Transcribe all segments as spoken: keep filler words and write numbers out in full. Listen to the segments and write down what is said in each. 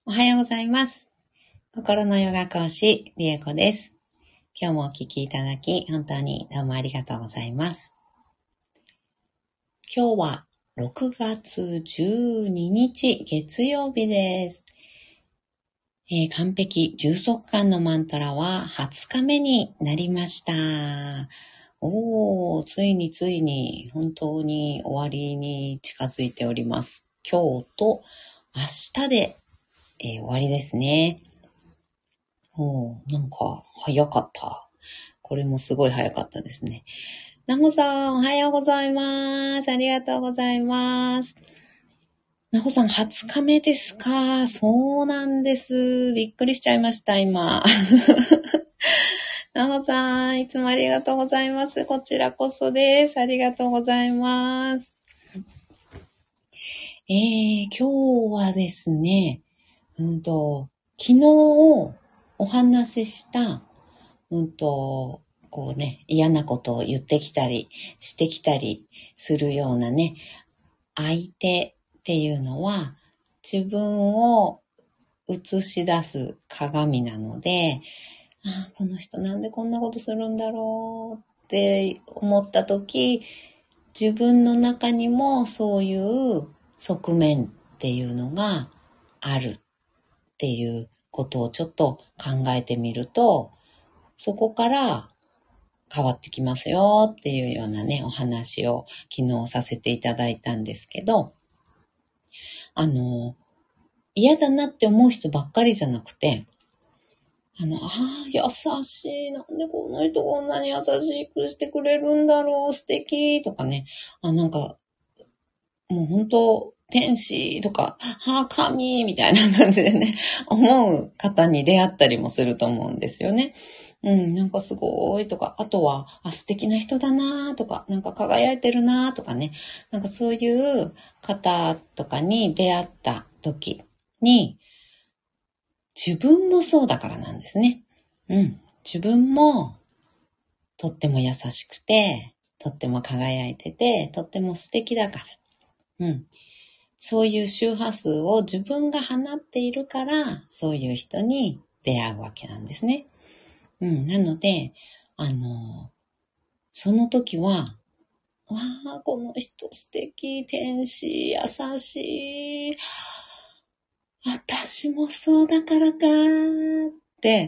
おはようございます。心のヨガ講師、リエコです。今日もお聞きいただき、本当にどうもありがとうございます。今日はろくがつじゅうににち月曜日です。えー、完璧充足感のマントラははつかめになりました。おー、ついについに本当に終わりに近づいております。今日と明日で、えー、終わりですね。おー、なんか早かった。これもすごい早かったですね。なほさん、おはようございます。ありがとうございます。なほさん、はつかめですか？そうなんです。びっくりしちゃいました、今。なほさん、いつもありがとうございます。こちらこそです。ありがとうございます。えー、今日はですね、うんと、昨日お話しした、うんと、こうね、嫌なことを言ってきたりしてきたりするようなね、相手っていうのは自分を映し出す鏡なので、ああ、この人なんでこんなことするんだろうって思ったとき、自分の中にもそういう側面っていうのがあるっていうことをちょっと考えてみると、そこから変わってきますよっていうようなね、お話を昨日させていただいたんですけど、あの、嫌だなって思う人ばっかりじゃなくて、あの、ああ、優しい。なんでこの人こんなに優しくしてくれるんだろう。素敵とかね。あ、なんか、もう本当、天使とか、はあ、神みたいな感じでね、思う方に出会ったりもすると思うんですよね。うん、なんかすごいとか、あとは、あ、素敵な人だなとか、なんか輝いてるなとかね、なんかそういう方とかに出会った時に、自分もそうだからなんですね。うん、自分もとっても優しくて、とっても輝いてて、とっても素敵だから。うん。そういう周波数を自分が放っているから、そういう人に出会うわけなんですね。うん。なので、あの、その時は、わあ、この人素敵、天使、優しい。私もそうだからかーって、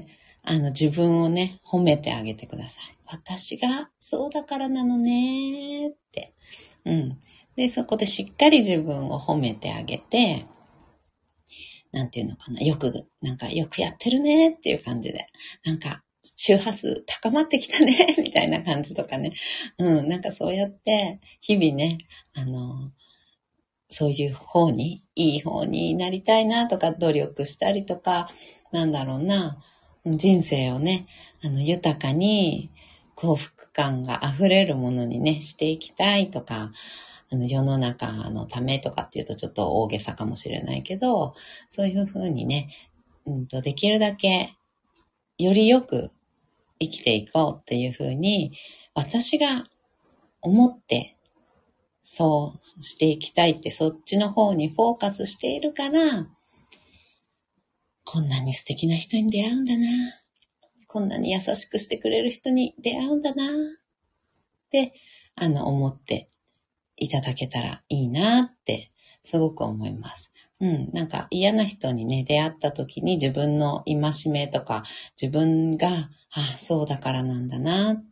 あの、自分をね、褒めてあげてください。私がそうだからなのねーって。うん。で、そこでしっかり自分を褒めてあげて、なんていうのかな、よく、なんかよくやってるねっていう感じで、なんか周波数高まってきたねみたいな感じとかね。うん、なんかそうやって日々ね、あの、そういう方に、いい方になりたいなとか努力したりとか、なんだろうな、人生をね、あの、豊かに幸福感が溢れるものにね、していきたいとか、あの世の中のためとかっていうとちょっと大げさかもしれないけど、そういうふうにね、うんと、できるだけよりよく生きていこうっていうふうに私が思ってそうしていきたいってそっちの方にフォーカスしているから、こんなに素敵な人に出会うんだな。こんなに優しくしてくれる人に出会うんだな。ってあの思っていただけたらいいなってすごく思います。うん、なんか嫌な人にね、出会った時に自分の戒めとか、自分が、ああ、そうだからなんだなって、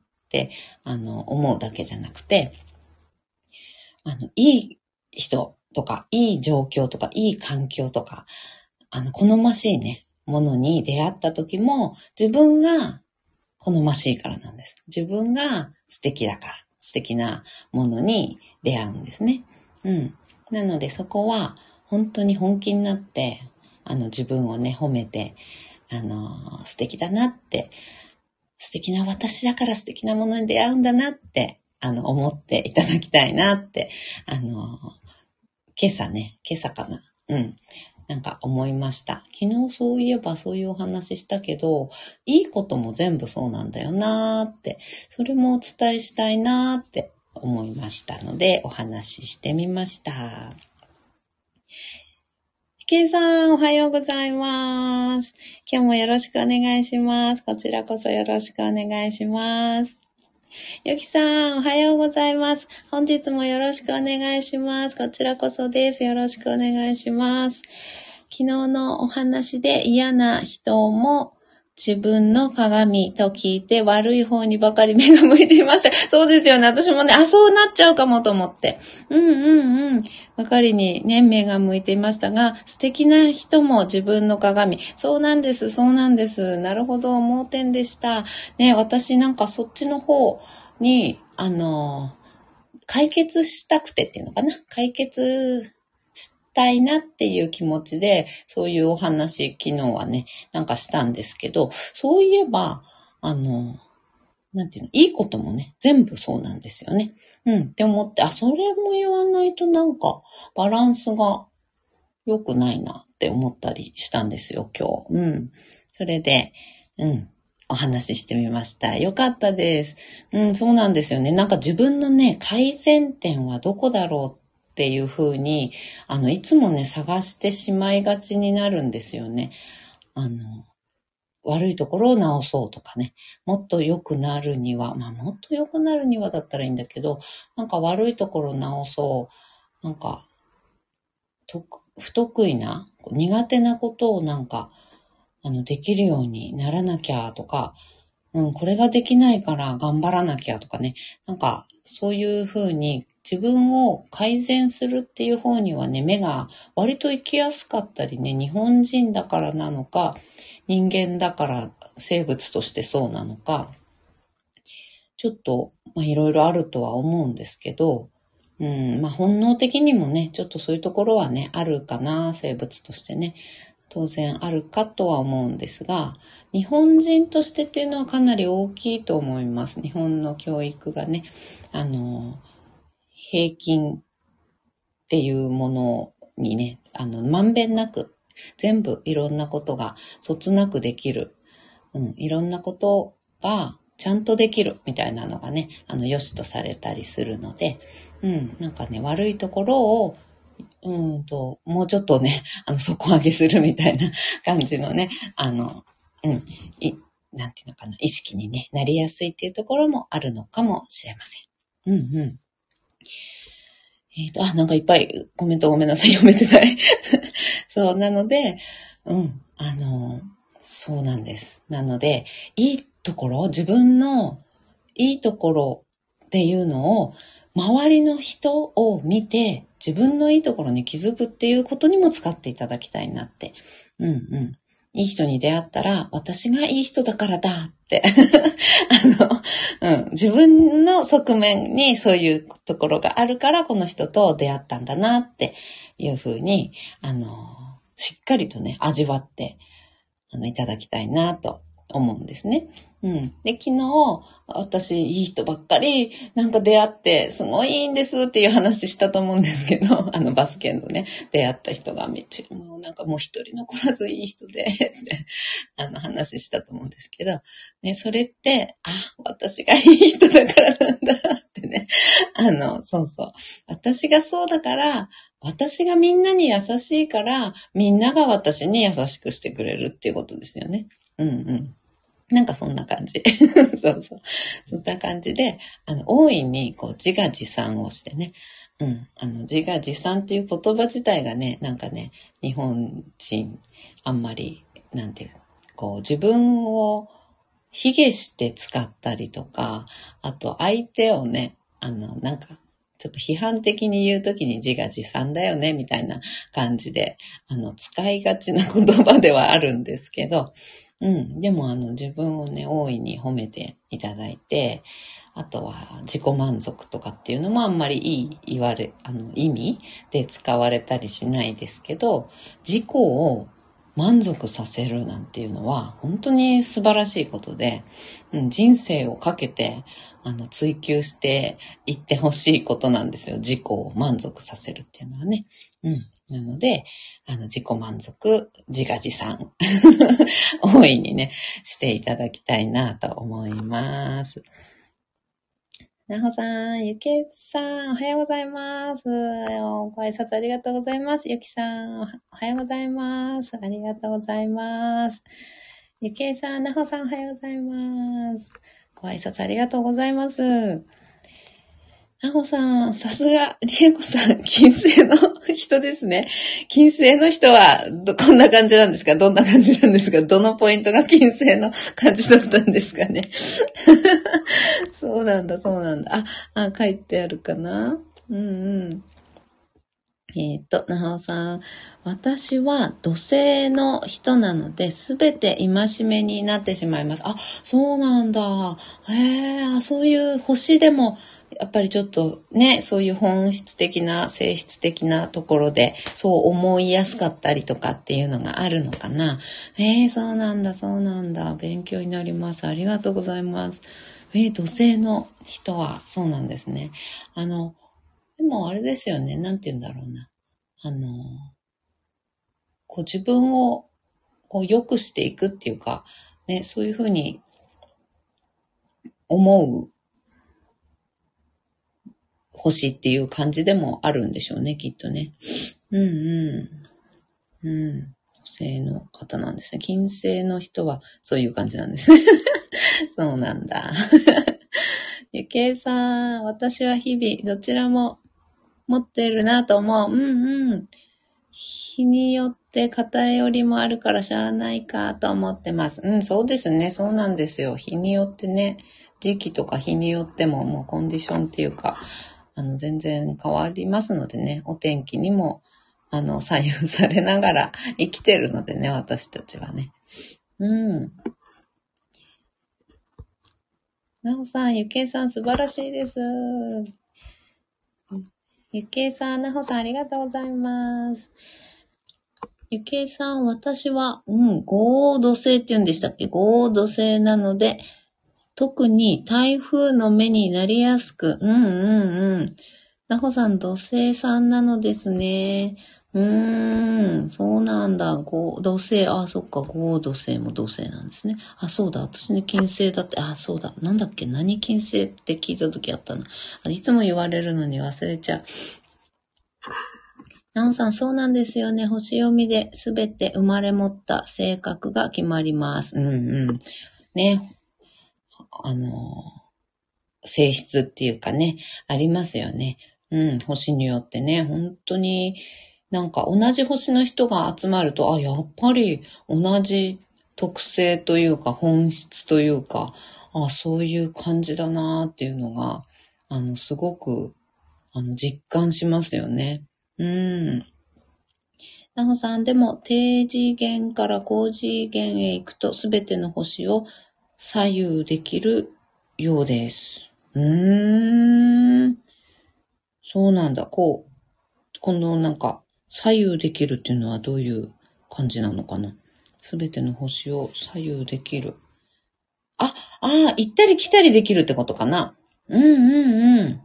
あの、思うだけじゃなくて、あの、いい人とか、いい状況とか、いい環境とか、あの、好ましいね、ものに出会った時も、自分が好ましいからなんです。自分が素敵だから、素敵なものに出会うんですね。うん。なのでそこは本当に本気になって、あの自分をね、褒めて、あの、素敵だなって、素敵な私だから素敵なものに出会うんだなって、あの、思っていただきたいなって、あの、今朝ね、今朝かな。うん。なんか思いました。昨日そういえばそういうお話したけど、いいことも全部そうなんだよなーって、それもお伝えしたいなーって思いましたので、お話ししてみました。引けいさん、おはようございます。今日もよろしくお願いします。こちらこそよろしくお願いします。ゆきさん、おはようございます。本日もよろしくお願いします。こちらこそです。よろしくお願いします。昨日のお話で嫌な人も自分の鏡と聞いて悪い方にばかり目が向いていました。そうですよね。私もね、あ、そうなっちゃうかもと思って。うんうんうん。ばかりにね、目が向いていましたが、素敵な人も自分の鏡。そうなんです、そうなんです。なるほど、盲点でした。ね、私なんかそっちの方に、あの、解決したくてっていうのかな。解決したいなっていう気持ちで、そういうお話、昨日はね、なんかしたんですけど、そういえば、あの、なんていうの、いいこともね、全部そうなんですよね。うん、って思って、あ、それも言わないとなんか、バランスが良くないなって思ったりしたんですよ、今日。うん。それで、うん。お話ししてみました。よかったです。うん、そうなんですよね。なんか自分のね、改善点はどこだろうっていうふうに、あの、いつもね、探してしまいがちになるんですよね。あの、悪いところを直そうとかね。もっと良くなるには、まあ、もっと良くなるにはだったらいいんだけど、なんか悪いところを直そう。なんか、不得意な、苦手なことをなんか、あの、できるようにならなきゃとか、うん、これができないから頑張らなきゃとかね。なんか、そういうふうに自分を改善するっていう方にはね、目が割と行きやすかったりね、日本人だからなのか、人間だから生物としてそうなのか、ちょっと、まあ、いろいろあるとは思うんですけど、うん、まあ、本能的にもね、ちょっとそういうところはね、あるかな、生物としてね。当然あるかとは思うんですが、日本人としてっていうのはかなり大きいと思います。日本の教育がね、あの、平均っていうものにね、あの、まんべんなく、全部いろんなことがそつなくできる。うん、いろんなことがちゃんとできるみたいなのがね、あの、良しとされたりするので、うん、なんかね、悪いところをうんと、もうちょっとね、あの、底上げするみたいな感じのね、あの、うん、い、なんていうのかな、意識にね、なりやすいっていうところもあるのかもしれません。うんうん。えっと、あ、なんかいっぱいコメントごめんなさい、読めてない。そう、なので、うん、あの、そうなんです。なので、いいところ、自分のいいところっていうのを、周りの人を見て、自分のいいところに気づくっていうことにも使っていただきたいなって。うんうん。いい人に出会ったら、私がいい人だからだって。あの、うん。自分の側面にそういうところがあるから、この人と出会ったんだなっていうふうに、あの、しっかりとね、味わって、あの、いただきたいなと思うんですね。うん。で、昨日、私、いい人ばっかり、なんか出会って、すごいいいんですっていう話したと思うんですけど、あの、バスケのね、出会った人がめっちゃ、もうなんかもう一人残らずいい人で、あの、話したと思うんですけど、ね、それって、あ、私がいい人だからなんだってね、あの、そうそう。私がそうだから、私がみんなに優しいから、みんなが私に優しくしてくれるっていうことですよね。うんうん。なんかそんな感じ。そうそう。そんな感じで、あの、大いに、こう、自画自賛をしてね。うん。あの、自画自賛っていう言葉自体がね、なんかね、日本人、あんまり、なんていう、こう、自分を卑下して使ったりとか、あと相手をね、あの、なんか、ちょっと批判的に言うときに自画自賛だよね、みたいな感じで、あの、使いがちな言葉ではあるんですけど、うん。でも、あの、自分をね、大いに褒めていただいて、あとは自己満足とかっていうのもあんまりいい言われ、あの、意味で使われたりしないですけど、自己を満足させるなんていうのは本当に素晴らしいことで、うん、人生をかけてあの追求していってほしいことなんですよ。自己を満足させるっていうのはね。うん。なので、あの自己満足、自画自賛、大いにね、していただきたいなと思います。 なほさん、ゆきさん、おはようございます。ご挨拶ありがとうございます。ゆきさん、おはようございます。ありがとうございます。ゆきさん、なほさん、おはようございます。ご挨拶ありがとうございます。なほさん、さすが、りえこさん、金星の人ですね。金星の人はど、こんな感じなんですか？どんな感じなんですか？どのポイントが金星の感じだったんですかね。そうなんだ、そうなんだ。あ、あ、書いてあるかな？うんうん。えっと、なはおさん。私は土星の人なので、すべて戒めになってしまいます。あ、そうなんだ。へえ、あ、そういう星でも、やっぱりちょっとね、そういう本質的な、性質的なところで、そう思いやすかったりとかっていうのがあるのかな。えー、そうなんだ、そうなんだ。勉強になります。ありがとうございます。えー、土星の人はそうなんですね。あの、でもあれですよね。なんて言うんだろうな。あの、こう自分をこう良くしていくっていうか、ね、そういうふうに思う星っていう感じでもあるんでしょうね、きっとね。うんうん。うん。女性の方なんですね。金星の人はそういう感じなんですね。そうなんだ。ゆけいさん、私は日々どちらも持ってるなと思う。うんうん。日によって偏りもあるからしゃあないかと思ってます。うん、そうですね。そうなんですよ。日によってね、時期とか日によってももうコンディションっていうか、あの、全然変わりますのでね、お天気にも、あの、左右されながら生きてるのでね、私たちはね。うん。なおさん、ゆけいさん素晴らしいです。ゆけいさん、なほさんありがとうございます。ゆけいさん、私は、うん、合土星って言うんでしたっけ？合土星なので、特に台風の目になりやすく、うんうんうん。なほさん、土星さんなのですね。うーん、そうなんだ。合土星、あ、そっか、合土星も土星なんですね。あ、そうだ、私ね、金星だって、あ、そうだ、なんだっけ、何金星って聞いたときあったな。あ、いつも言われるのに忘れちゃう。なおさん、そうなんですよね。星読みで全て生まれ持った性格が決まります。うんうん。ね。あの、性質っていうかね、ありますよね。うん、星によってね、本当になんか同じ星の人が集まると、あ、やっぱり同じ特性というか本質というか、あ、そういう感じだなっていうのが、あの、すごく、あの、実感しますよね。うん。なほさん、でも、低次元から高次元へ行くと、すべての星を左右できるようです。うーん。そうなんだ。こう、このなんか、左右できるっていうのはどういう感じなのかな。すべての星を左右できる。あ、ああ、行ったり来たりできるってことかな。うんうんうん。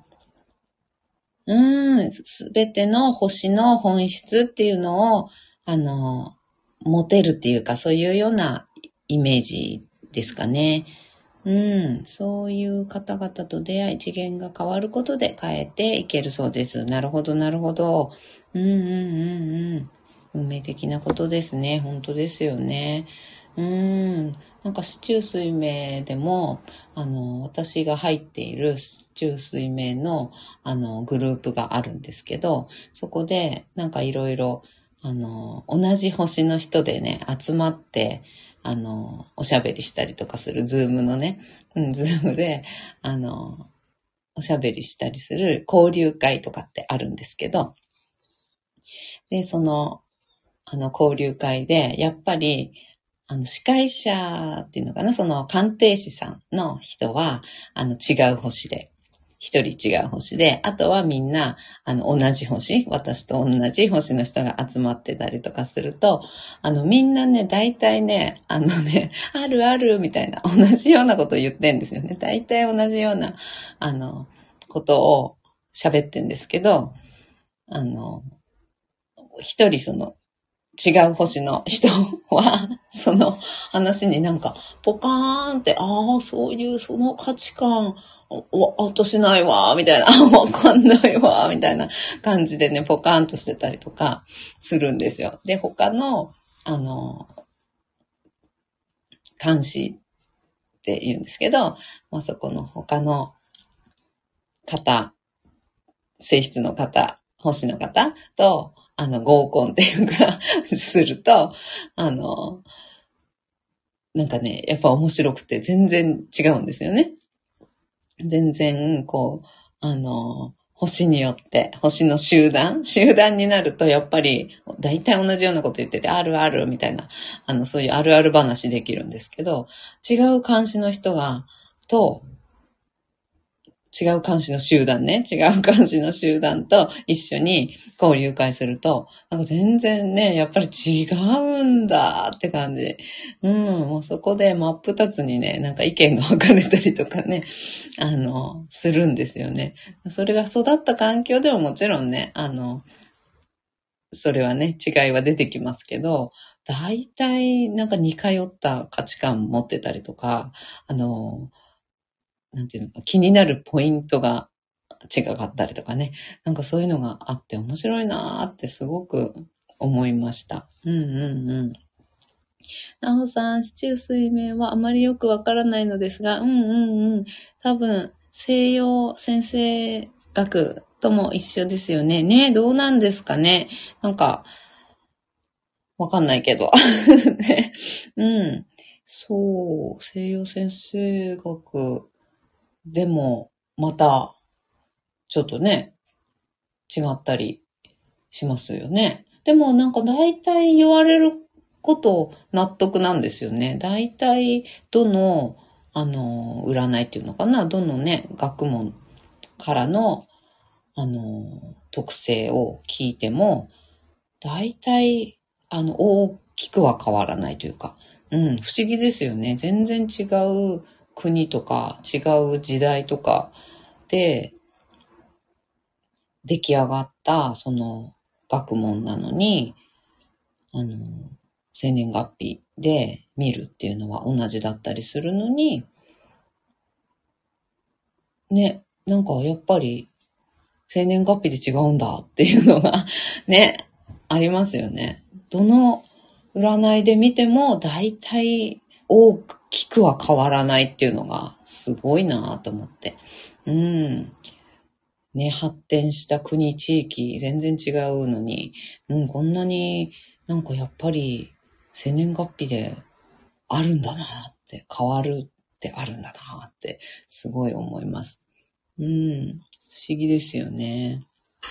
うん、すべての星の本質っていうのを、あの、持てるっていうか、そういうようなイメージですかね。うん、そういう方々と出会い、次元が変わることで変えていけるそうです。なるほど、なるほど。うんうんうんうん。運命的なことですね。本当ですよね。うん。なんか、市中水明でも、あの、私が入っている市中水明の、あの、グループがあるんですけど、そこで、なんかいろいろ、あの、同じ星の人でね、集まって、あの、おしゃべりしたりとかする、ズームのね、うん、ズームで、あの、おしゃべりしたりする交流会とかってあるんですけど、で、その、あの、交流会で、やっぱり、あの、司会者っていうのかな、その鑑定士さんの人は、あの、違う星で、一人違う星で、あとはみんな、あの、同じ星、私と同じ星の人が集まってたりとかすると、あの、みんなね、大体ね、あのね、あるある、みたいな、同じようなことを言ってんですよね。大体同じような、あの、ことを喋ってんですけど、あの、一人その、違う星の人は、その話になんか、ポカーンって、ああ、そういうその価値観、 お、私ないわ、みたいな、わかんないわ、みたいな感じでね、ポカーンとしてたりとかするんですよ。で、他の、あの、監視って言うんですけど、まあ、そこの他の方、性質の方、星の方と、あの、合コンっていうか、すると、あの、なんかね、やっぱ面白くて全然違うんですよね。全然、こう、あの、星によって、星の集団集団になると、やっぱり、大体同じようなこと言ってて、あるある、みたいな、あの、そういうあるある話できるんですけど、違う監視の人が、と、違う監視の集団ね、違う監視の集団と一緒に交流会すると、なんか全然ね、やっぱり違うんだって感じ。うん、もうそこで真っ二つにね、なんか意見が分かれたりとかね、あの、するんですよね。それが育った環境でももちろんね、あの、それはね、違いは出てきますけど、大体なんか似通った価値観持ってたりとか、あの、なんていうのか、気になるポイントが違かったりとかね。なんかそういうのがあって面白いなーってすごく思いました。うんうんうん。なおさん、四柱推命はあまりよくわからないのですが、うんうんうん。多分、西洋先生学とも一緒ですよね。ね、どうなんですかね。なんか、わかんないけど。ね、うん。そう、西洋先生学でも、また、ちょっとね、違ったりしますよね。でもなんか大体言われること納得なんですよね。大体どの、あの、占いっていうのかな、どのね、学問からの、あの、特性を聞いても、大体、あの、大きくは変わらないというか、うん、不思議ですよね。全然違う国とか、違う時代とかで、出来上がった、その、学問なのに、あの、生年月日で見るっていうのは同じだったりするのに、ね、なんかやっぱり生年月日で違うんだっていうのがね、ありますよね。どの占いで見ても大体大きくは変わらないっていうのがすごいなと思って。うん。ね、発展した国、地域、全然違うのに、うん、こんなになんかやっぱり生年月日であるんだなって、変わるってあるんだなって、すごい思います。うん、不思議ですよね。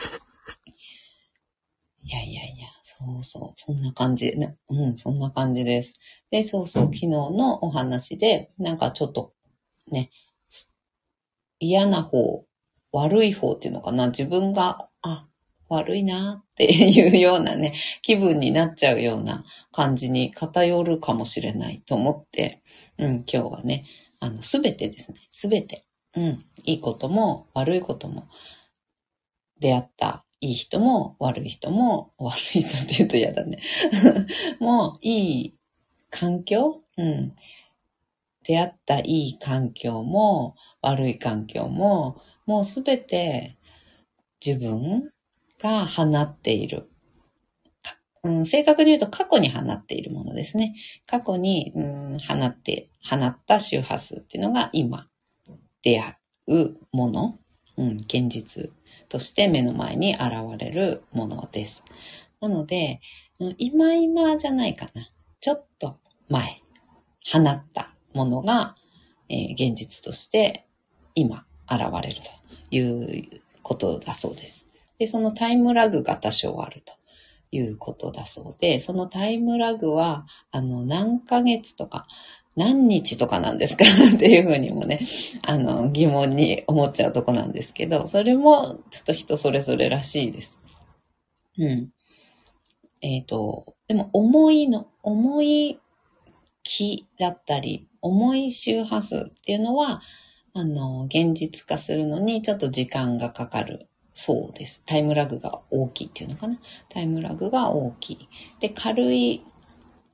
いやいやいや、そうそう、そんな感じ。ね、うん、そんな感じです。で、そうそう、昨日のお話で、なんかちょっとね、嫌な方、悪い方っていうのかな、自分が、あ、悪いなっていうようなね、気分になっちゃうような感じに偏るかもしれないと思って、うん、今日はね、あの、すべてですね、すべて、うん、いいことも悪いことも、出会ったいい人も悪い人も、悪い人って言うと嫌だね。もう、いい環境、うん、出会ったいい環境も悪い環境も、もうすべて自分が放っている。うん、正確に言うと過去に放っているものですね。過去に、うん、放って、放った周波数っていうのが今出会うもの、うん、現実として目の前に現れるものです。なので、今今じゃないかな。ちょっと前、放ったものが、えー現実として今現れるということだそうです。で、そのタイムラグが多少あるということだそうで、そのタイムラグは、あの、何ヶ月とか、何日とかなんですかっていうふうにもね、あの、疑問に思っちゃうとこなんですけど、それもちょっと人それぞれらしいです。うん。えっと、でも思いの、思い気だったり、重い周波数っていうのは、あの、現実化するのにちょっと時間がかかるそうです。タイムラグが大きいっていうのかな。タイムラグが大きい。で、軽い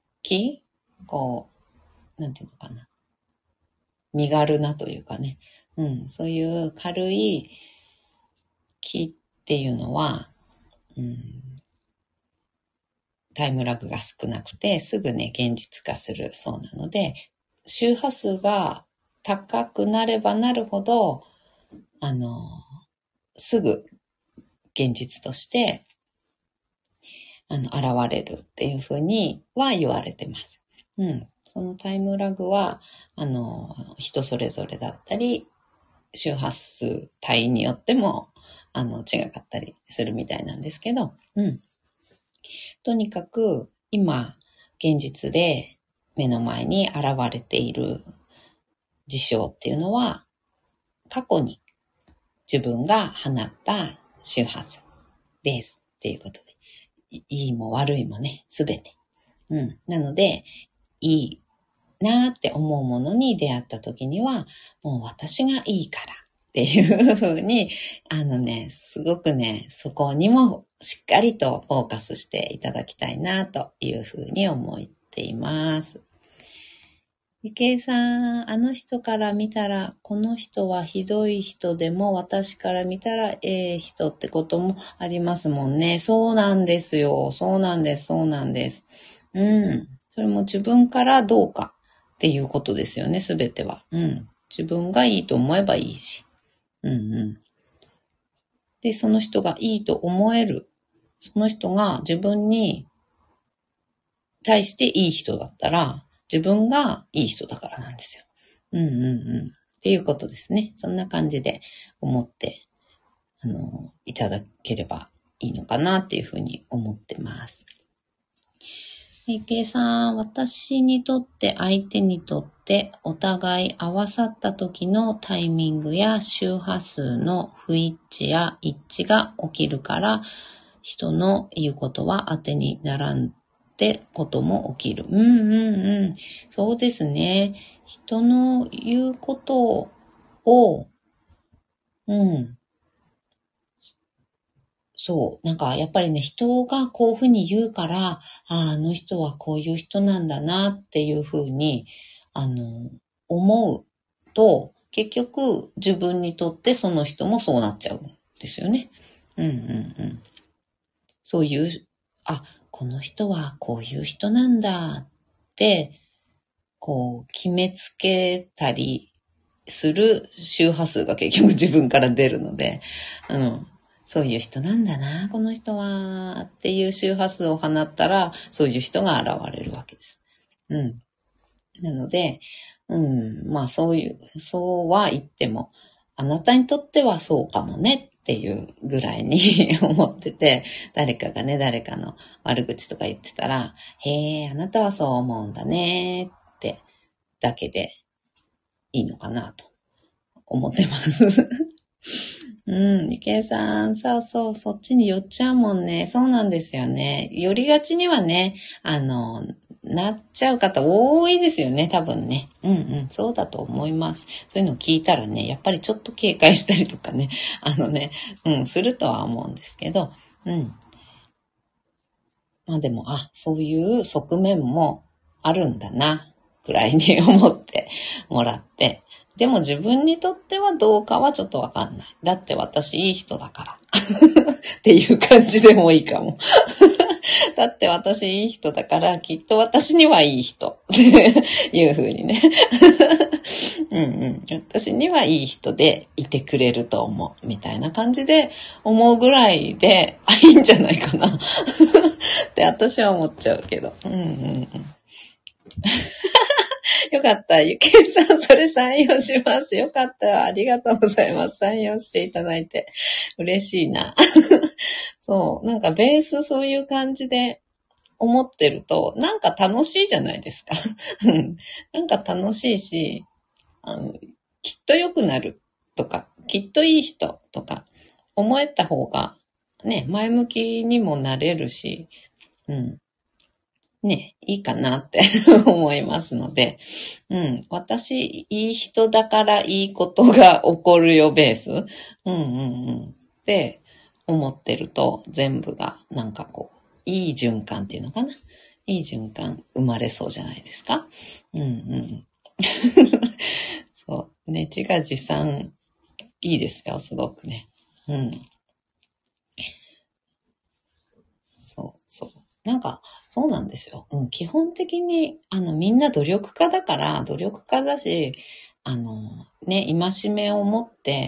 気こう、なんていうのかな。身軽なというかね。 うん、そういう軽い気っていうのは、うん、タイムラグが少なくてすぐね現実化するそうなので、周波数が高くなればなるほどあのすぐ現実としてあの現れるっていうふうには言われてます。うん、そのタイムラグはあの人それぞれだったり周波数帯によってもあの違かったりするみたいなんですけど、うん、とにかく今現実で目の前に現れている事象っていうのは過去に自分が放った周波数ですっていうことで、いいも悪いもね、すべて。うん。なので、いいなーって思うものに出会った時には、もう私がいいからっていう風に、あのね、すごくね、そこにもしっかりとフォーカスしていただきたいなという風に思っています。ゆけいさん、あの人から見たら、この人はひどい人でも、私から見たらええ人ってこともありますもんね。そうなんですよ。そうなんです。そうなんです。うん。それも自分からどうかっていうことですよね、すべては。うん。自分がいいと思えばいいし。うんうん。で、その人がいいと思える。その人が自分に対していい人だったら、自分がいい人だからなんですよ。うんうんうん。っていうことですね。そんな感じで思って、あの、いただければいいのかなっていうふうに思ってます。いけさん、私にとって相手にとってお互い合わさった時のタイミングや周波数の不一致や一致が起きるから、人の言うことは当てにならんってことも起きる。うんうんうん。そうですね。人の言うことを、うん。そう。なんか、やっぱりね、人がこういうふうに言うから、ああ、あの人はこういう人なんだなっていうふうに、あの、思うと、結局、自分にとってその人もそうなっちゃうんですよね。うんうんうん。そういう、あ、この人はこういう人なんだって、こう、決めつけたりする周波数が結局自分から出るので、うん。そういう人なんだな、この人は、っていう周波数を放ったら、そういう人が現れるわけです。うん。なので、うん、まあそういう、そうは言っても、あなたにとってはそうかもねっていうぐらいに思ってて、誰かがね、誰かの悪口とか言ってたら、へえ、あなたはそう思うんだねってだけでいいのかなと思ってます。うん、ゆけいさん、そうそう、そっちに寄っちゃうもんね。そうなんですよね。寄りがちにはね、あの、なっちゃう方多いですよね、多分ね。うんうん、そうだと思います。そういうのを聞いたらね、やっぱりちょっと警戒したりとかね、あのね、うん、するとは思うんですけど、うん。まあでも、あ、そういう側面もあるんだな、くらいに思ってもらって、でも自分にとってはどうかはちょっとわかんない。だって私いい人だから。っていう感じでもいいかも。だって私いい人だから、きっと私にはいい人。っていう風にね。うんうん。私にはいい人でいてくれると思う。みたいな感じで思うぐらいで、あ、いいんじゃないかな。って私は思っちゃうけど。うんうんうん。よかった。ゆけいさん、それ採用します。よかった。ありがとうございます。採用していただいて。嬉しいな。そう。なんかベースそういう感じで思ってると、なんか楽しいじゃないですか。なんか楽しいし、あの、きっと良くなるとか、きっといい人とか、思えた方が、ね、前向きにもなれるし、うん。ね、いいかなって思いますので、うん。私、いい人だからいいことが起こるよベース。うんうんうん。って思ってると、全部がなんかこう、いい循環っていうのかな。いい循環生まれそうじゃないですか。うんうん。 そう。ね、自画自賛、いいですよ、すごくね。うん。そう、そう。なんか、そうなんですよ。うん、基本的に、あの、みんな努力家だから、努力家だし、あの、ね、戒めを持って、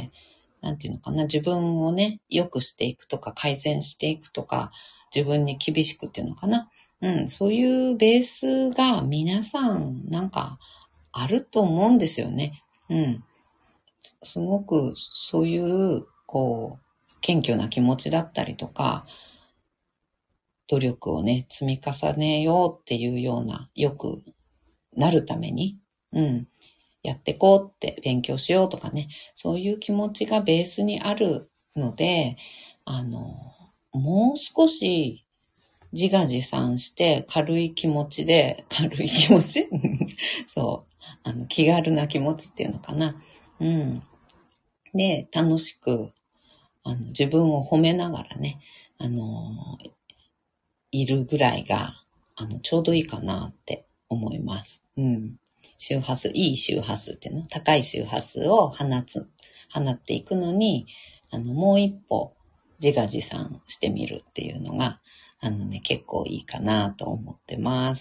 なんていうのかな、自分をね、良くしていくとか、改善していくとか、自分に厳しくっていうのかな。うん、そういうベースが皆さん、なんか、あると思うんですよね。うん。すごく、そういう、こう、謙虚な気持ちだったりとか、努力をね、積み重ねようっていうような、良くなるために、うん、やってこうって勉強しようとかね、そういう気持ちがベースにあるので、あの、もう少し自画自賛して軽い気持ちで、軽い気持ちそう、あの、気軽な気持ちっていうのかな。うん。で、楽しく、あの、自分を褒めながらね、あの、いるぐらいが、あの、ちょうどいいかなって思います。うん。周波数、いい周波数っていうの、高い周波数を放つ、放っていくのに、あの、もう一歩自画自賛してみるっていうのが、あのね、結構いいかなと思ってます。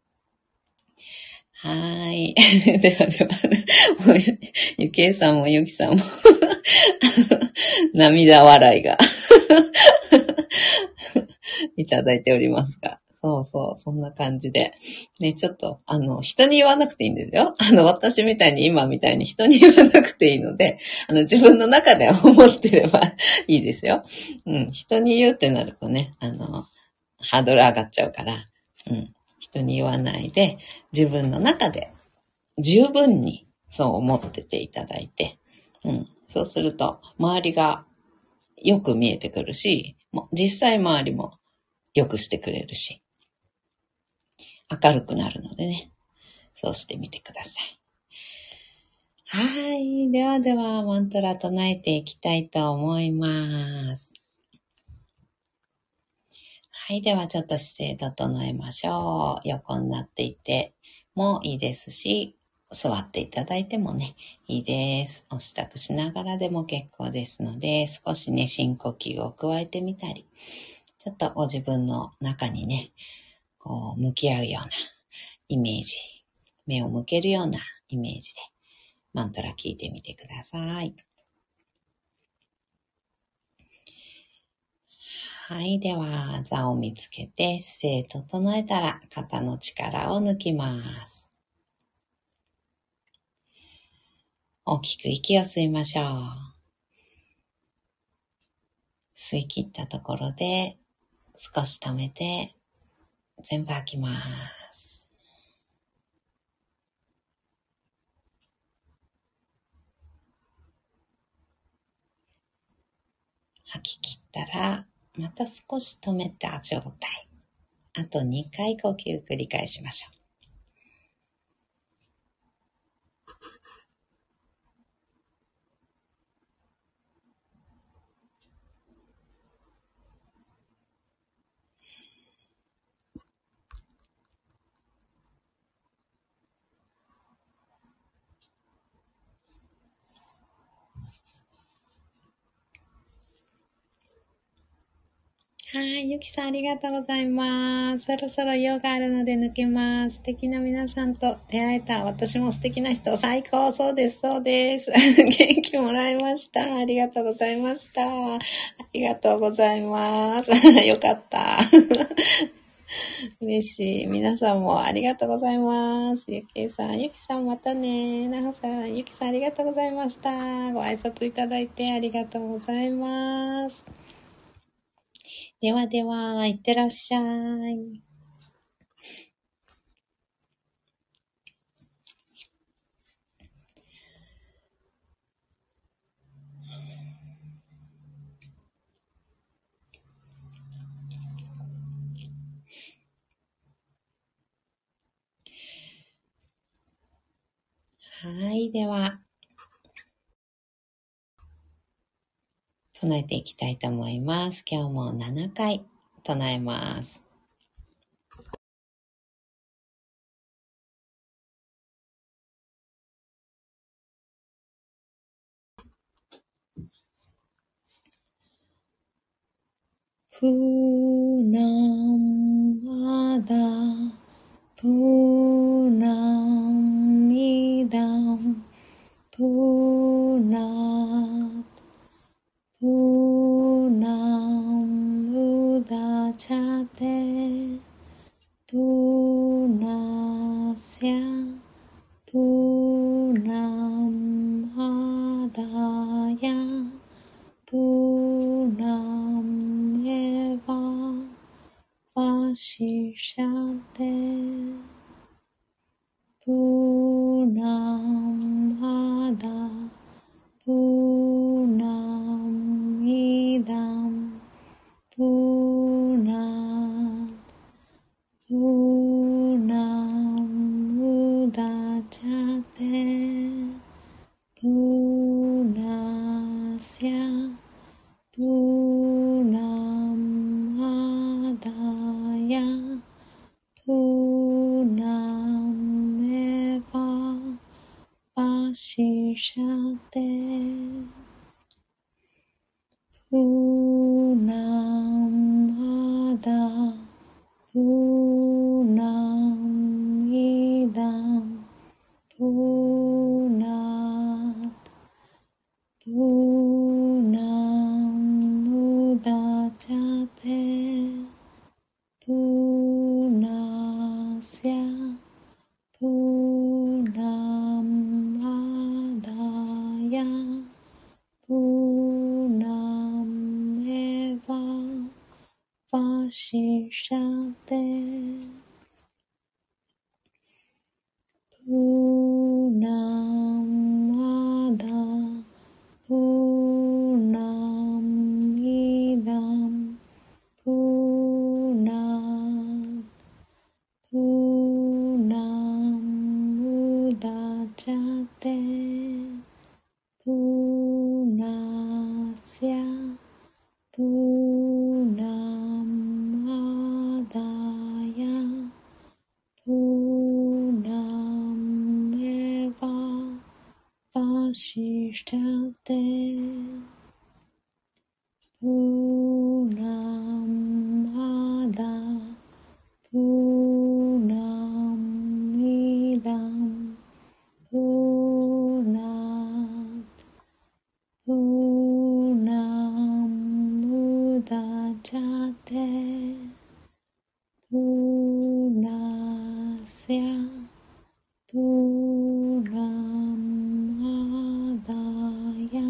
はーい。ではでは、もうゆけいさんもゆきさんも涙笑いがいただいておりますが。そうそう、そんな感じで。ね、ちょっと、あの、人に言わなくていいんですよ。あの、私みたいに、今みたいに人に言わなくていいので、あの、自分の中で思ってればいいですよ。うん、人に言うってなるとね、あの、ハードル上がっちゃうから、うん、人に言わないで、自分の中で十分にそう思ってていただいて、うん、そうすると、周りがよく見えてくるし、もう実際周りも良くしてくれるし、明るくなるのでね、そうしてみてください。はい。ではでは、マントラ唱えていきたいと思います。はい。では、ちょっと姿勢整えましょう。横になっていてもいいですし、座っていただいてもね、いいです。お支度しながらでも結構ですので、少しね、深呼吸を加えてみたり、ちょっとご自分の中にね、こう、向き合うようなイメージ、目を向けるようなイメージで、マントラ聞いてみてください。はい。では、座を見つけて姿勢整えたら肩の力を抜きます。大きく息を吸いましょう。吸い切ったところで少し止めて全部吐きます。吐き切ったらまた少し止めた状態。あとにかい呼吸繰り返しましょう。はい、ゆきさんありがとうございます。そろそろ用があるので抜けます。素敵な皆さんと出会えた。私も素敵な人、最高。そうです、そうです。元気もらいました。ありがとうございました。ありがとうございます。よかった。嬉しい。皆さんもありがとうございます。ゆきさん、ゆきさんまたね。なほさん、ゆきさんありがとうございました。ご挨拶いただいてありがとうございます。ではでは、いってらっしゃい。はい。では、唱えていきたいと思います。今日もななかい唱えます。 Purnamada Purnamidam Purnat Purnamudacate Purnasya Purnamadaya Purnameva Vashishyate Purnamada Purnamidam Purnat Purnamudacate Purnasya Purnamadaya Purnameva Vashishyate Purnamada Purnamidam Purnat Purnamudacate Purnasya Purnamadaya Purnameva Vashishyate Purnamada Purnamidam Purnat Purnamudacate Purnasya Purnamadaya Purnameva Vashishyate Purnamada Purnamidam Purnat Purnamudacate Purnasya Purnamadaya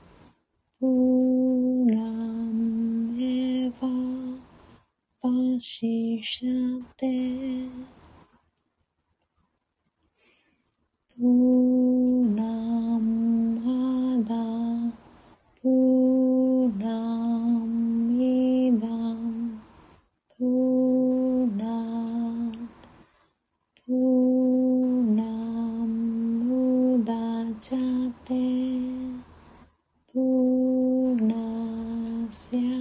Purnameva Vashishyate Purnamada Purnamidam Purnat Purnamudacate Purnasya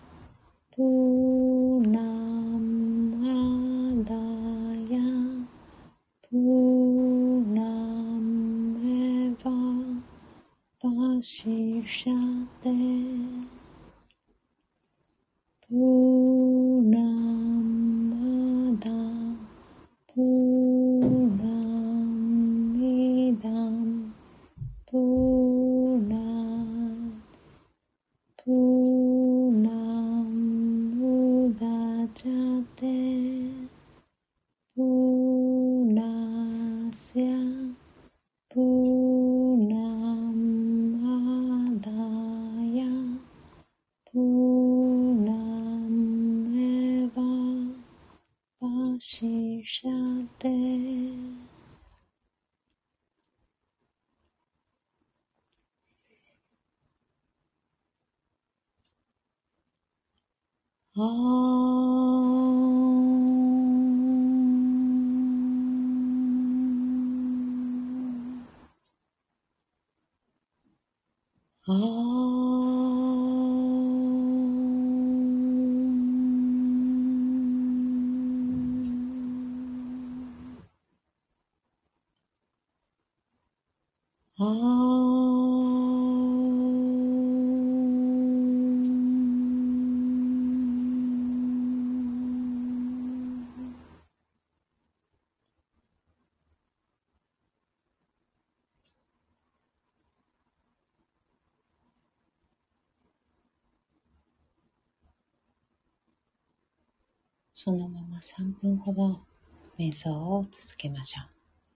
Purnamadaya Purnameva Vashishyate Purnamada Purnamidam Purnat Purnamudacate Purnasya Purnamadaya Purnameva Vashishyate Om. Om. そのままさんぷんほど瞑想を続けましょう。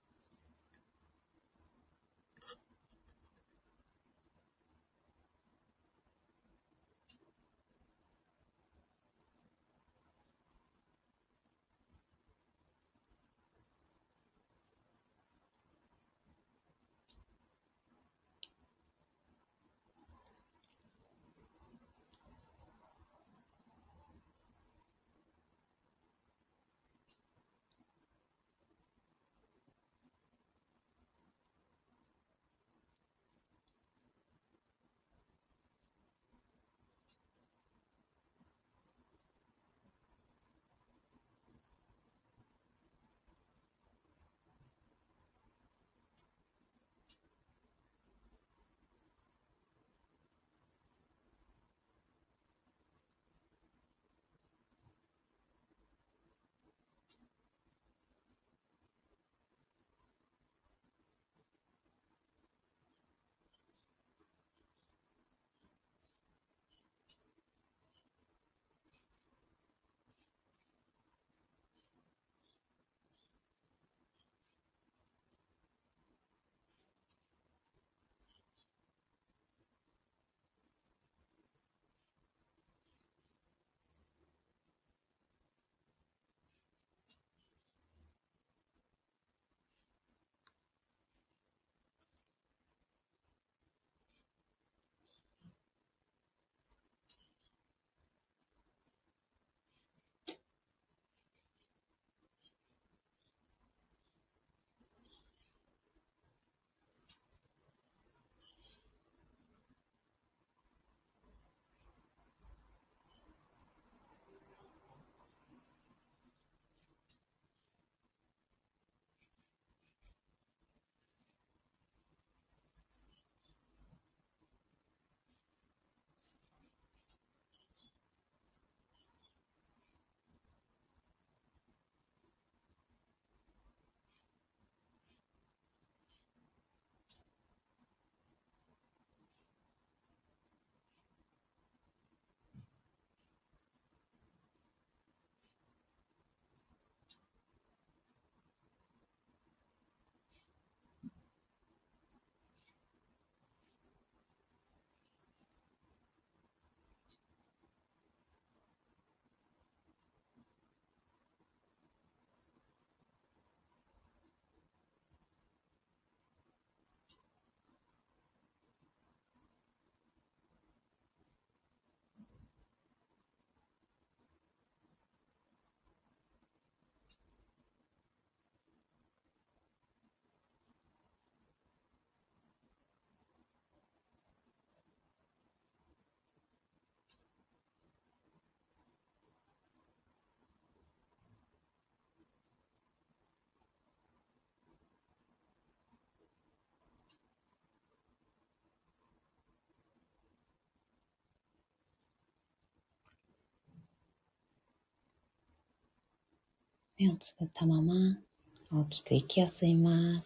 目をつぶったまま大きく息を吸います。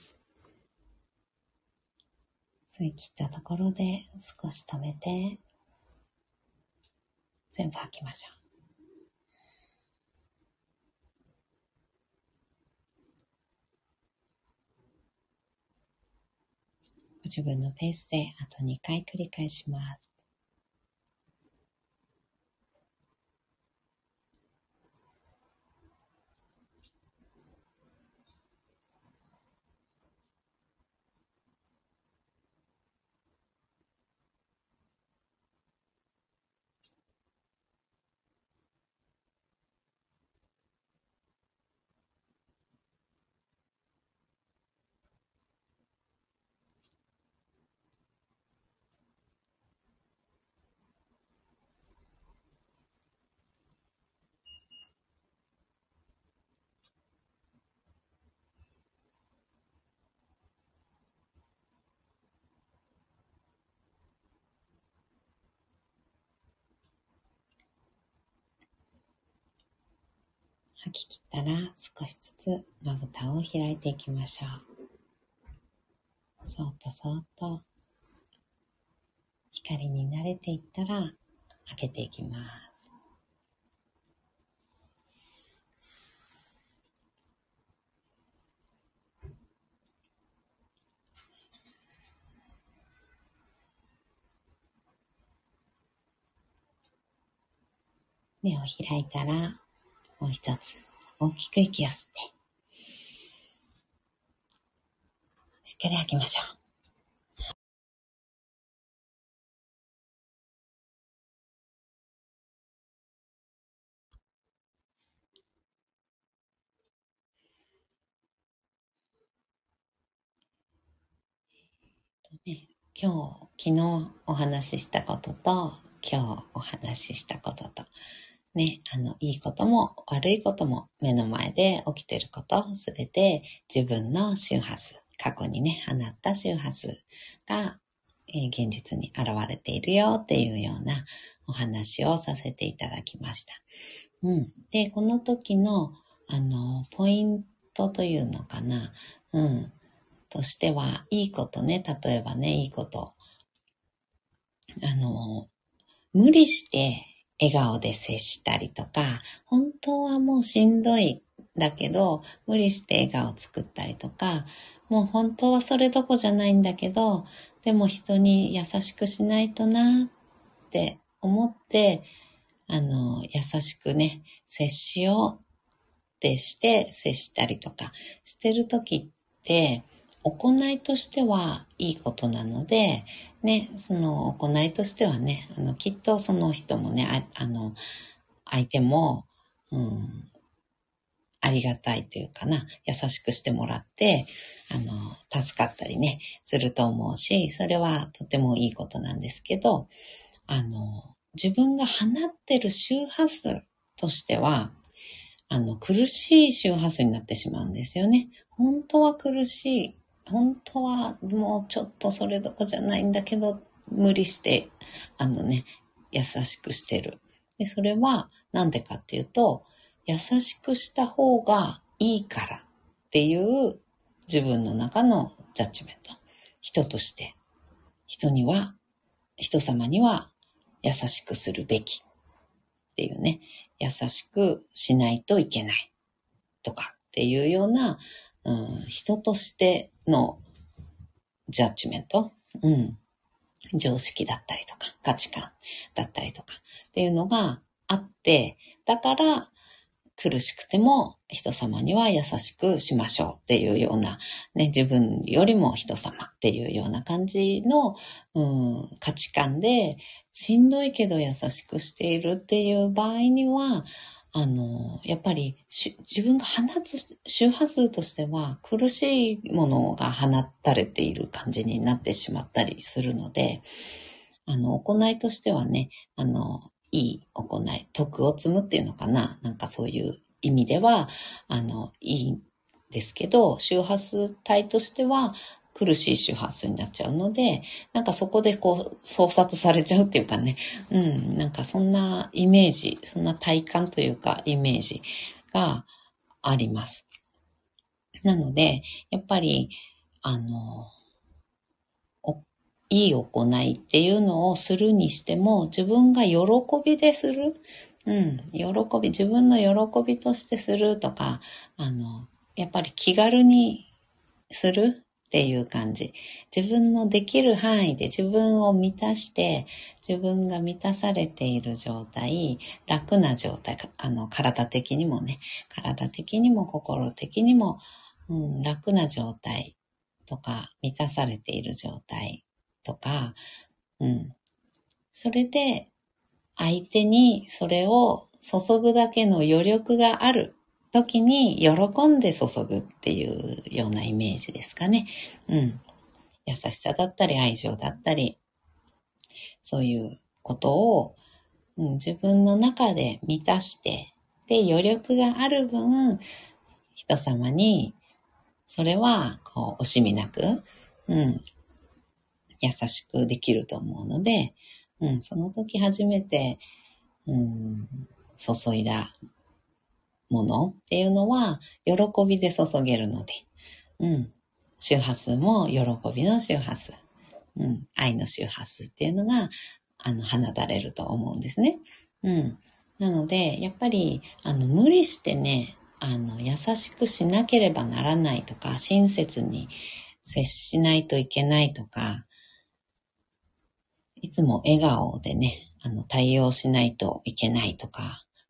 吸い切ったところで少し止めて全部吐きましょう。ご自分のペースであとにかい繰り返します。吐き切ったら少しずつまぶたを開いていきましょう。そっとそっと光に慣れていったら開けていきます。 目を開いたら、もう一つ大きく息を吸って、しっかり吐きましょう。ね、今日、昨日お話ししたことと、今日お話ししたことと、ね、あの、いいことも悪いことも目の前で起きてること、すべて自分の周波数、過去にね、放った周波数が、えー現実に現れているよっていうようなお話をさせていただきました。うん。で、この時の、あの、ポイントというのかな、うん、としては、いいことね、例えばね、いいこと。あの、無理して笑顔で接したりとか、本当はもうしんどいだけど、無理して笑顔作ったりとか、もう本当はそれどこじゃないんだけど、でも人に優しくしないとなって思って、あの、優しくね、接しようってして接したりとかしてるときって、行いとしてはいいことなので、ね、その行いとしてはね、あの、きっとその人もね、あ、あの、相手も、うん、ありがたいというかな、優しくしてもらって、あの、助かったりね、すると思うし、それはとてもいいことなんですけど、あの、自分が放ってる周波数としては、あの、苦しい周波数になってしまうんですよね。本当は苦しい。本当はもうちょっとそれどこじゃないんだけど、無理して、あのね、優しくしてる。で、それはなんでかっていうと、優しくした方がいいからっていう自分の中のジャッジメント。人として、人には、人様には優しくするべきっていうね、優しくしないといけないとかっていうような、うん、人としてのジャッジメント、うん、常識だったりとか価値観だったりとかっていうのがあって、だから苦しくても人様には優しくしましょうっていうような、ね、自分よりも人様っていうような感じの、うん、価値観で、しんどいけど優しくしているっていう場合には、あの、やっぱり自分が放つ周波数としては苦しいものが放たれている感じになってしまったりするので、あの、行いとしてはね、あの、いい行い、徳を積むっていうのかな、なんかそういう意味では、あの、いいんですけど、周波数帯としては苦しい周波数になっちゃうので、なんかそこでこう、創殺されちゃうっていうかね、うん、なんかそんなイメージ、そんな体感というかイメージがあります。なので、やっぱり、あの、いい行いっていうのをするにしても、自分が喜びでする。うん、喜び、自分の喜びとしてするとか、あの、やっぱり気軽にするっていう感じ。自分のできる範囲で自分を満たして、自分が満たされている状態、楽な状態、あの、体的にもね、体的にも心的にも、うん、楽な状態とか、満たされている状態とか、うん。それで、相手にそれを注ぐだけの余力がある時に喜んで注ぐっていうようなイメージですかね。うん。優しさだったり愛情だったり、そういうことを、うん、自分の中で満たして、で、余力がある分、人様に、それは、こう、惜しみなく、うん、優しくできると思うので、うん、その時初めて、うん、注いだものっていうのは、喜びで注げるので、うん、周波数も喜びの周波数、うん、愛の周波数っていうのが、あの、放たれると思うんですね。うん。なので、やっぱり、あの、無理してね、あの、優しくしなければならないとか、親切に接しないといけないとか、いつも笑顔でね、あの、対応しないといけないとか、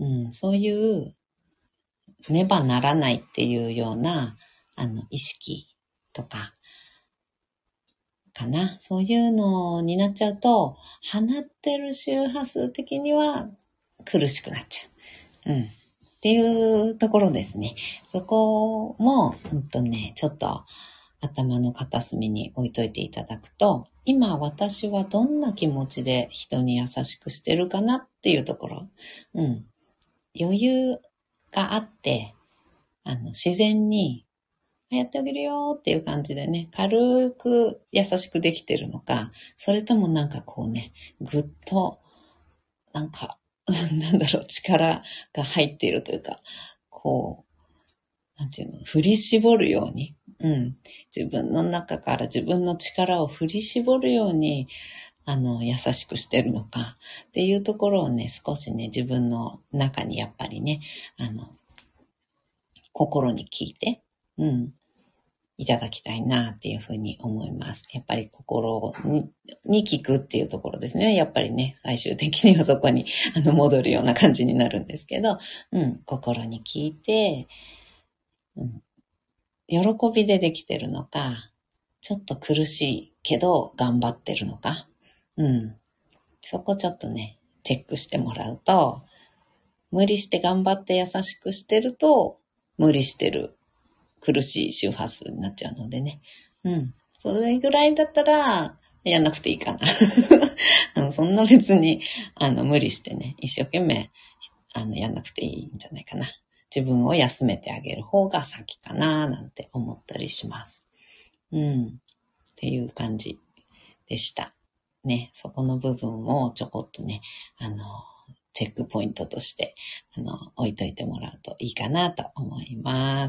うん、そういうねばならないっていうような、あの、意識とか、かな。そういうのになっちゃうと、放ってる周波数的には苦しくなっちゃう。うん。っていうところですね。そこも、うんとね、ちょっと頭の片隅に置いといていただくと、今私はどんな気持ちで人に優しくしてるかなっていうところ。うん。余裕があって、あの、自然に、やってあげるよっていう感じでね、軽く優しくできてるのか、それともなんかこうね、ぐっと、なんか、なんだろう、力が入っているというか、こう、なんていうの、振り絞るように、うん、自分の中から自分の力を振り絞るように、あの、優しくしてるのかっていうところをね、少しね、自分の中にやっぱりね、あの、心に聞いて、うん、いただきたいなっていうふうに思います。やっぱり心に、に聞くっていうところですね。やっぱりね、最終的にはそこにあの戻るような感じになるんですけど、うん、心に聞いて、うん、喜びでできてるのか、ちょっと苦しいけど頑張ってるのか、うん、そこちょっとね、チェックしてもらうと、無理して頑張って優しくしてると、無理してる苦しい周波数になっちゃうのでね。うん。それぐらいだったら、やんなくていいかな。あのそんな別に、あの、無理してね、一生懸命、あの、やんなくていいんじゃないかな。自分を休めてあげる方が先かな、なんて思ったりします。うん。っていう感じでした。ね、そこの部分をちょこっとね、あの、チェックポイントとして、あの、置いといてもらうといいかなと思います。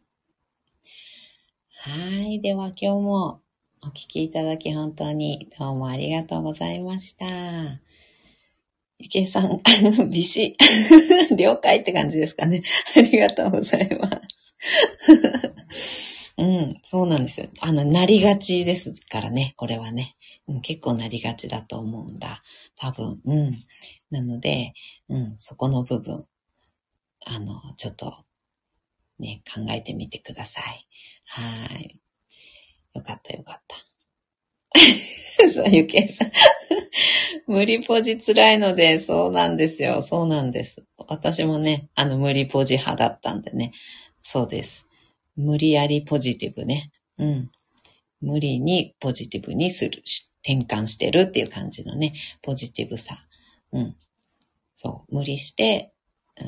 はい。では今日もお聞きいただき本当にどうもありがとうございました。ゆきえさん、ビシ了解って感じですかね。ありがとうございます。うん、そうなんですよ。あの、なりがちですからね、これはね。うん、結構なりがちだと思うんだ。多分。うん。なので、うん、そこの部分、あの、ちょっとね、考えてみてください。はい。よかったよかった。そう、ゆけいさん。無理ポジ辛いので、そうなんですよ。そうなんです。私もね、あの、無理ポジ派だったんでね。そうです。無理やりポジティブね。うん。無理にポジティブにする、転換してるっていう感じのね、ポジティブさ。うん。そう。無理して、うん、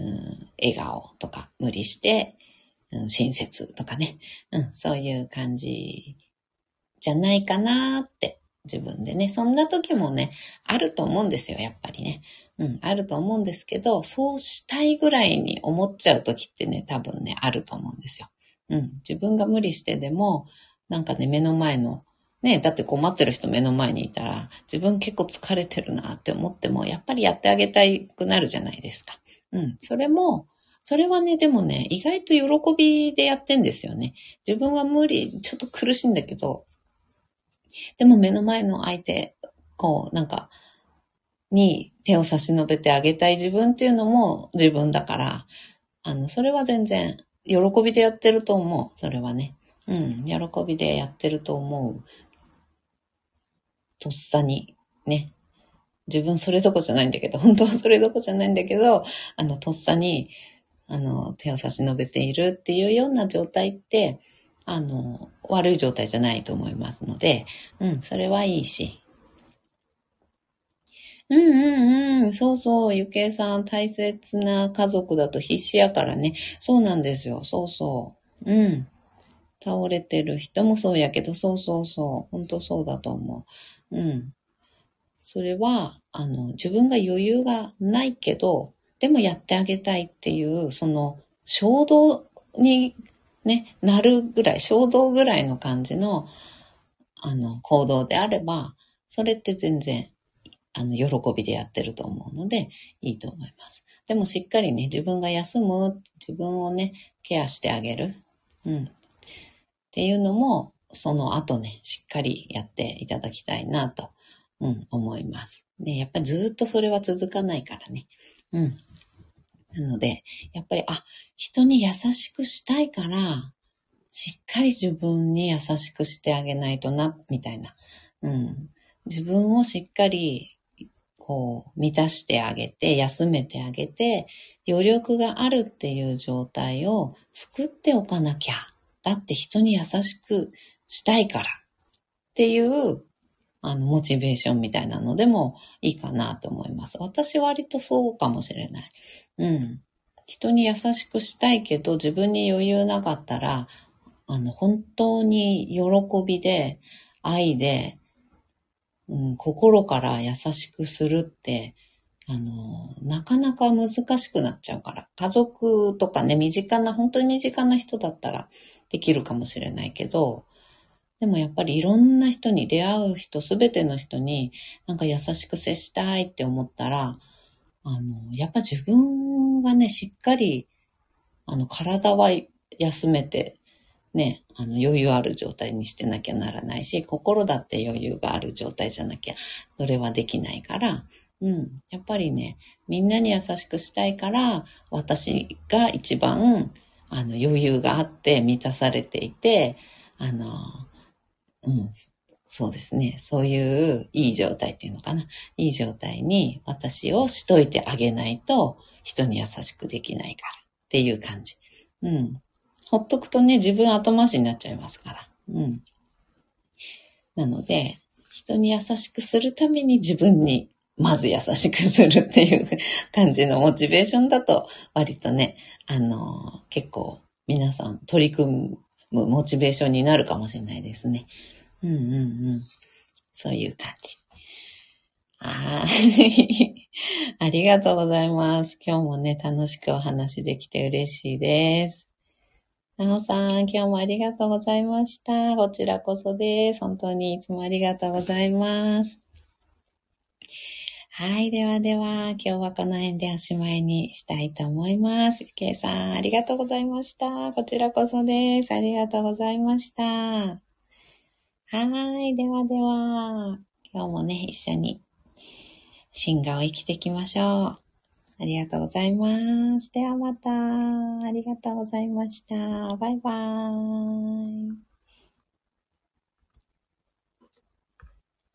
笑顔とか、無理して、うん、親切とかね。うん、そういう感じじゃないかなって。自分でね、そんな時もね、あると思うんですよ、やっぱりね。うん、あると思うんですけど、そうしたいぐらいに思っちゃう時ってね、多分ね、あると思うんですよ。うん、自分が無理してでも、なんかね、目の前の、ね、だって困ってる人目の前にいたら、自分結構疲れてるなって思っても、やっぱりやってあげたくなるじゃないですか。うん、それも、それはね、でもね、意外と喜びでやってんですよね。自分は無理、ちょっと苦しいんだけど、でも目の前の相手、こう、なんか、に手を差し伸べてあげたい自分っていうのも自分だから、あの、それは全然、喜びでやってると思う。それはね。うん、喜びでやってると思う。とっさに、ね。自分それどこじゃないんだけど、本当はそれどこじゃないんだけど、あの、とっさに、あの、手を差し伸べているっていうような状態って、あの、悪い状態じゃないと思いますので、うん、それはいいし、うんうんうん。そうそう。ゆけいさん、大切な家族だと必死やからね。そうなんですよ。そうそう。うん。倒れてる人もそうやけど、そうそうそう。本当そうだと思う。うん。それは、あの、自分が余裕がないけど、でもやってあげたいっていう、その、衝動にね、なるぐらい、衝動ぐらいの感じの、あの、行動であれば、それって全然あの、喜びでやってると思うので、いいと思います。でもしっかりね、自分が休む、自分をね、ケアしてあげる。うん。っていうのも、その後ね、しっかりやっていただきたいなと、うん、思います。ね、やっぱりずっとそれは続かないからね。うん。 なので、やっぱり、あ、人に優しくしたいから、しっかり自分に優しくしてあげないとな、みたいな。うん。自分をしっかり、こう、満たしてあげて、休めてあげて、余力があるっていう状態を作っておかなきゃ。だって人に優しくしたいから。っていう、あの、モチベーションみたいなのでもいいかなと思います。私割とそうかもしれない。うん。人に優しくしたいけど、自分に余裕なかったら、あの、本当に喜びで、愛で、うん、心から優しくするって、あの、なかなか難しくなっちゃうから。家族とかね、身近な、本当に身近な人だったらできるかもしれないけど、でもやっぱりいろんな人に出会う人、すべての人になんか優しく接したいって思ったら、あの、やっぱ自分がね、しっかり、あの、体は休めて、ね、あの、余裕ある状態にしてなきゃならないし、心だって余裕がある状態じゃなきゃ、それはできないから、うん。やっぱりね、みんなに優しくしたいから、私が一番、あの、余裕があって満たされていて、あの、うん、そうですね。そういういい状態っていうのかな。いい状態に私をしといてあげないと人に優しくできないからっていう感じ。うん。ほっとくとね、自分後回しになっちゃいますから。うん。なので、人に優しくするために自分にまず優しくするっていう感じのモチベーションだと割とね、あの、結構皆さん取り組むモチベーションになるかもしれないですね。うんうんうん。そういう感じ。ああ、ありがとうございます。今日もね、楽しくお話できて嬉しいです。なおさん、今日もありがとうございました。こちらこそです。本当にいつもありがとうございます。はい、ではでは、今日はこの辺でおしまいにしたいと思います。ケイさん、ありがとうございました。こちらこそです。ありがとうございました。はい、ではでは、今日もね、一緒に進化を生きていきましょう。ありがとうございます。ではまた。ありがとうございました。バイバーイ。